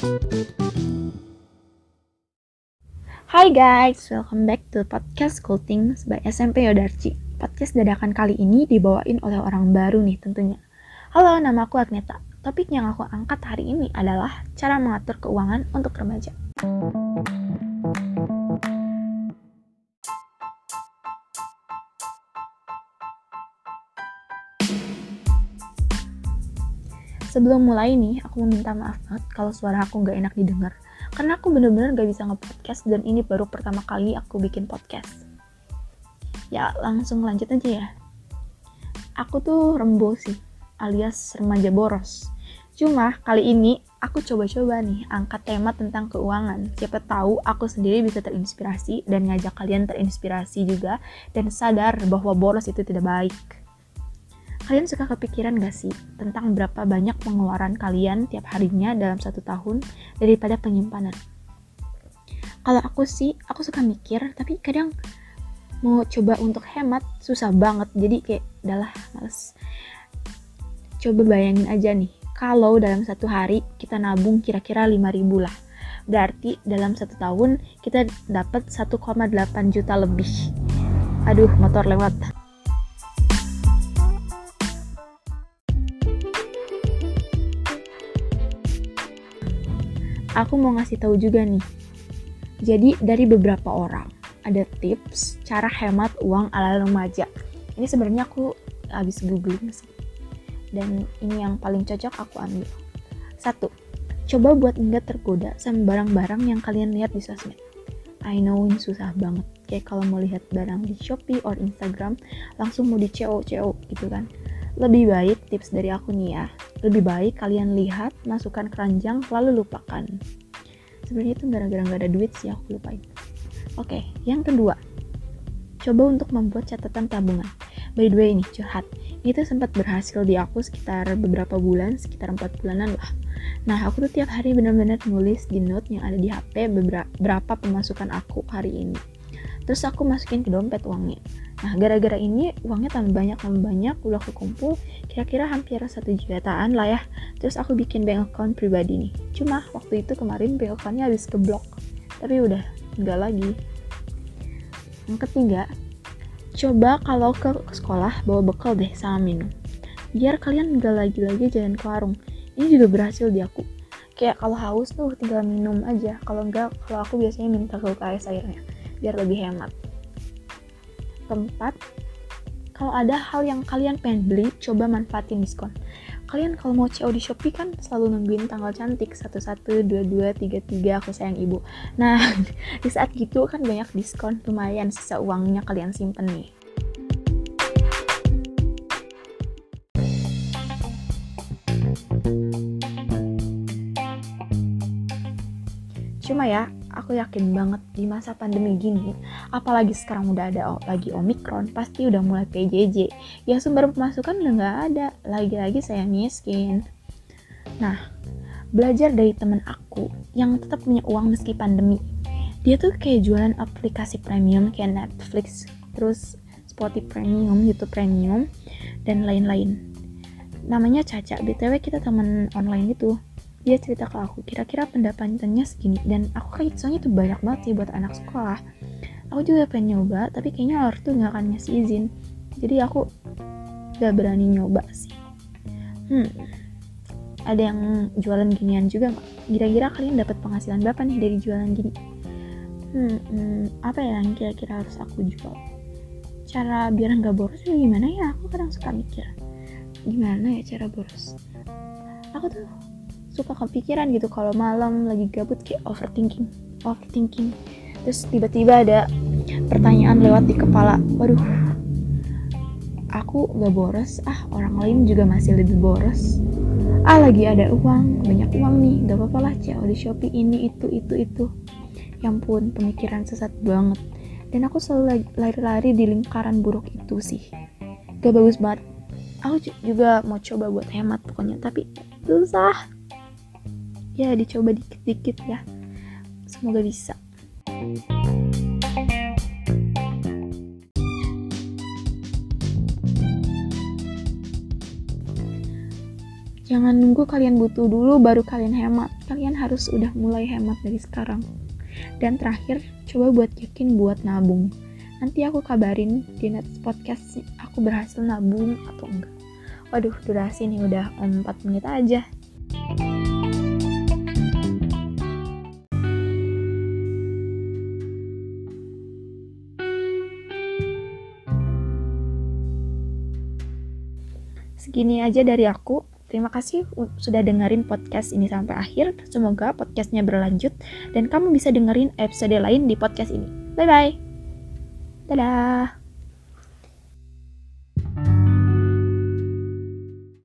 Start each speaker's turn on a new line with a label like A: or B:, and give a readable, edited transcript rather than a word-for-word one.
A: Hai guys, welcome back to podcast Kulting by SMP Yodarci. Podcast dadakan kali ini dibawain oleh orang baru nih tentunya. Halo, nama aku Agneta. Topik yang aku angkat hari ini adalah cara mengatur keuangan untuk remaja. Sebelum mulai nih, aku meminta maaf banget kalau suara aku gak enak didengar. Karena aku bener-bener gak bisa nge-podcast dan ini baru pertama kali aku bikin podcast. Ya, langsung lanjut aja ya. Aku tuh rembo sih, alias remaja boros. Cuma kali ini aku coba-coba nih angkat tema tentang keuangan. Siapa tahu aku sendiri bisa terinspirasi dan ngajak kalian terinspirasi juga dan sadar bahwa boros itu tidak baik. Kalian suka kepikiran gak sih tentang berapa banyak pengeluaran kalian tiap harinya dalam 1 tahun daripada penyimpanan? Kalau aku sih, aku suka mikir, tapi kadang mau coba untuk hemat susah banget. Jadi kayak udahlah males. Coba bayangin aja nih, kalau dalam 1 hari kita nabung kira-kira 5.000 lah. Berarti dalam 1 tahun kita dapat 1,8 juta lebih. Aduh, motor lewat. Aku mau ngasih tahu juga nih. Jadi dari beberapa orang ada tips cara hemat uang ala remaja. Ini sebenarnya aku habis googling sih. Dan ini yang paling cocok aku ambil. 1. Coba buat enggak tergoda sama barang-barang yang kalian lihat di sosmed. I know ini susah banget. Kayak kalau mau lihat barang di Shopee or Instagram, langsung mau di CO gitu kan. Lebih baik tips dari aku nih ya. Lebih baik kalian lihat, masukkan keranjang, lalu lupakan. Sebenarnya itu gara-gara gak ada duit sih aku lupain. Oke, yang kedua. Coba untuk membuat catatan tabungan. By the way nih, curhat. Ini tuh sempat berhasil di aku sekitar beberapa bulan, sekitar 4 bulanan lah. Nah, aku tuh tiap hari benar-benar nulis di note yang ada di HP berapa pemasukan aku hari ini. Terus aku masukin ke dompet uangnya. Nah, gara-gara ini uangnya tambah banyak, udah kekumpul kira-kira hampir 1 jutaan lah ya. Terus aku bikin bank account pribadi nih. Cuma waktu itu kemarin bank account-nya habis keblok. Tapi udah enggak lagi. Yang ketiga, coba kalau ke sekolah bawa bekal deh sama minum. Biar kalian enggak lagi-lagi jalan ke warung. Ini juga berhasil di aku. Kayak kalau haus tuh tinggal minum aja. Kalau aku biasanya minta ke UKS airnya. Biar lebih hemat. Keempat, kalau ada hal yang kalian pengen beli, coba manfaatin diskon. Kalian kalau mau CO di Shopee kan selalu nungguin tanggal cantik 11, 22, 33 aku sayang ibu. Nah, di saat gitu kan banyak diskon, lumayan sisa uangnya kalian simpen nih. Cuma ya, aku yakin banget di masa pandemi gini, apalagi sekarang udah ada lagi Omikron, pasti udah mulai PJJ. Ya sumber pemasukan udah gak ada, lagi-lagi saya miskin. Nah, belajar dari temen aku yang tetap punya uang meski pandemi. Dia tuh kayak jualan aplikasi premium kayak Netflix, terus Spotify Premium, YouTube Premium, dan lain-lain. Namanya Caca, BTW kita teman online itu. Dia cerita ke aku, kira-kira pendapatannya segini. Dan aku kayak soalnya itu banyak banget sih buat anak sekolah. Aku juga pengen nyoba, tapi kayaknya orang tuh gak akan ngasih izin. Jadi aku gak berani nyoba sih. Ada yang jualan ginian juga gak? Kira-kira kalian dapat penghasilan berapa nih dari jualan gini? Apa ya yang kira-kira harus aku jual? Cara biar gak boros itu gimana ya? Aku kadang suka mikir, gimana ya cara boros? Aku tuh suka kepikiran gitu kalau malam lagi gabut kayak overthinking. Terus tiba-tiba ada pertanyaan lewat di kepala, waduh, aku gak boros, orang lain juga masih lebih boros. Lagi ada uang, banyak uang nih, gak apa-apa lah CO di Shopee ini itu. Ya ampun, pemikiran sesat banget. Dan aku selalu lari-lari di lingkaran buruk itu sih. Gak bagus banget. Aku juga mau coba buat hemat pokoknya, tapi susah. Ya dicoba dikit-dikit ya, semoga bisa. Jangan Jangan nunggu kalian butuh dulu baru kalian hemat. Kalian harus udah mulai hemat dari sekarang. Dan terakhir, coba buat yakin buat nabung. Nanti aku kabarin di next podcast aku berhasil nabung atau enggak. Waduh, durasi nih udah 4 menit aja. Segini aja dari aku. Terima kasih sudah dengerin podcast ini sampai akhir. Semoga podcastnya berlanjut dan kamu bisa dengerin episode lain di podcast ini. Bye-bye. Dadah.